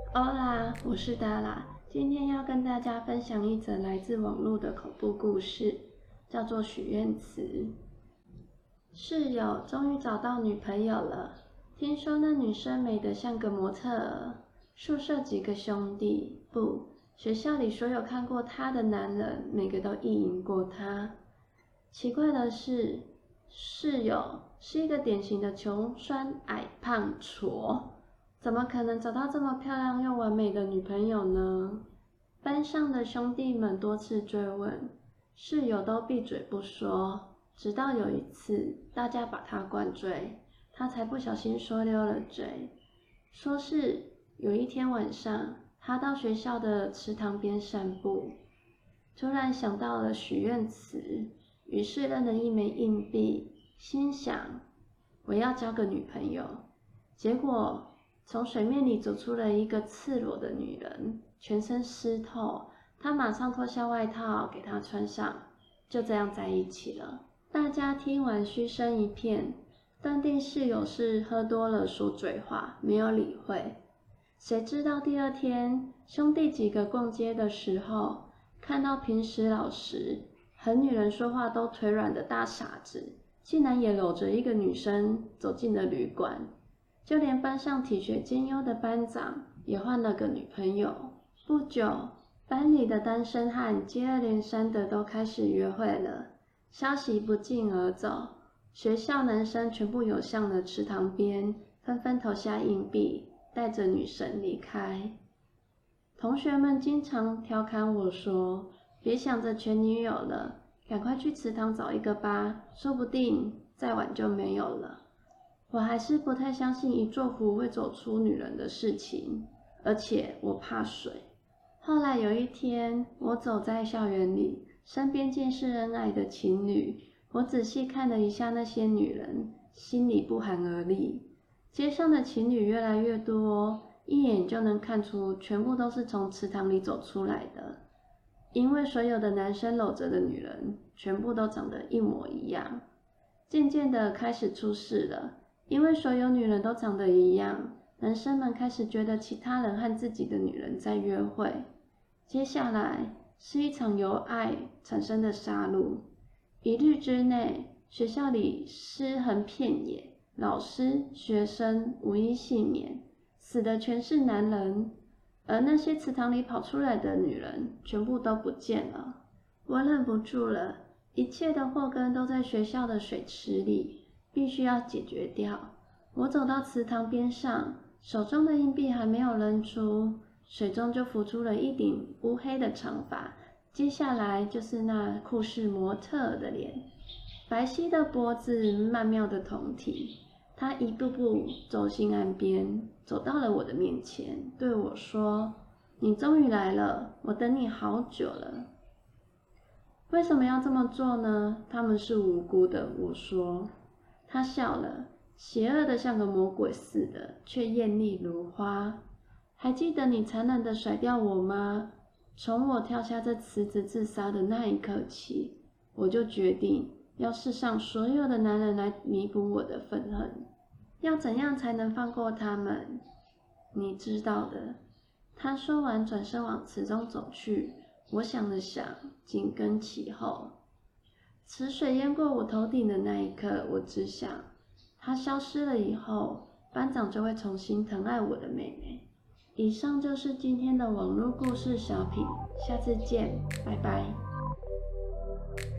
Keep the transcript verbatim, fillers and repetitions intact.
Hola，我是达拉，今天要跟大家分享一则来自网络的恐怖故事，叫做许愿池。室友终于找到女朋友了，听说那女生美得像个模特儿。宿舍几个兄弟，不，学校里所有看过她的男人，每个都意淫过她。奇怪的是，室友是一个典型的穷酸矮胖矬。怎么可能找到这么漂亮又完美的女朋友呢？班上的兄弟们多次追问，室友都闭嘴不说。直到有一次，大家把他灌醉，他才不小心说溜了嘴。说是有一天晚上，他到学校的池塘边散步，突然想到了许愿池，于是扔了一枚硬币，心想我要交个女朋友。结果从水面里走出了一个赤裸的女人，全身湿透。她马上脱下外套给她穿上，就这样在一起了。大家听完嘘声一片，断定室友是喝多了说嘴话，没有理会。谁知道第二天，兄弟几个逛街的时候，看到平时老实、和女人说话都腿软的大傻子，竟然也搂着一个女生走进了旅馆。就连班上体学兼优的班长也换了个女朋友。不久，班里的单身汉接二连三的都开始约会了。消息不胫而走，学校男生全部涌向了池塘边，纷纷投下硬币，带着女神离开。同学们经常调侃我说：“别想着前女友了，赶快去池塘找一个吧，说不定再晚就没有了。”我还是不太相信一座湖会走出女人的事情，而且我怕水。后来有一天，我走在校园里，身边尽是恩爱的情侣。我仔细看了一下那些女人，心里不寒而栗。街上的情侣越来越多，一眼就能看出全部都是从池塘里走出来的，因为所有的男生搂着的女人全部都长得一模一样。渐渐的开始出事了。因为所有女人都长得一样，男生们开始觉得其他人和自己的女人在约会。接下来是一场由爱产生的杀戮。一日之内，学校里尸横遍野，老师、学生无一幸免，死的全是男人，而那些池塘里跑出来的女人全部都不见了。我忍不住了，一切的祸根都在学校的水池里。必须要解决掉。我走到池塘边上，手中的硬币还没有扔出，水中就浮出了一顶乌黑的长发，接下来就是那酷似模特儿的脸，白皙的脖子，曼妙的胴体。他一步步走进岸边，走到了我的面前，对我说：“你终于来了，我等你好久了。”为什么要这么做呢？他们是无辜的，我说。他笑了，邪恶的像个魔鬼似的，却艳丽如花。还记得你残忍的甩掉我吗？从我跳下这池子自杀的那一刻起，我就决定要世上所有的男人来弥补我的愤恨。要怎样才能放过他们？你知道的。他说完，转身往池中走去。我想了想，紧跟其后。池水淹过我头顶的那一刻，我只想，它消失了以后，班长就会重新疼爱我的妹妹。以上就是今天的网络故事小品，下次见，拜拜。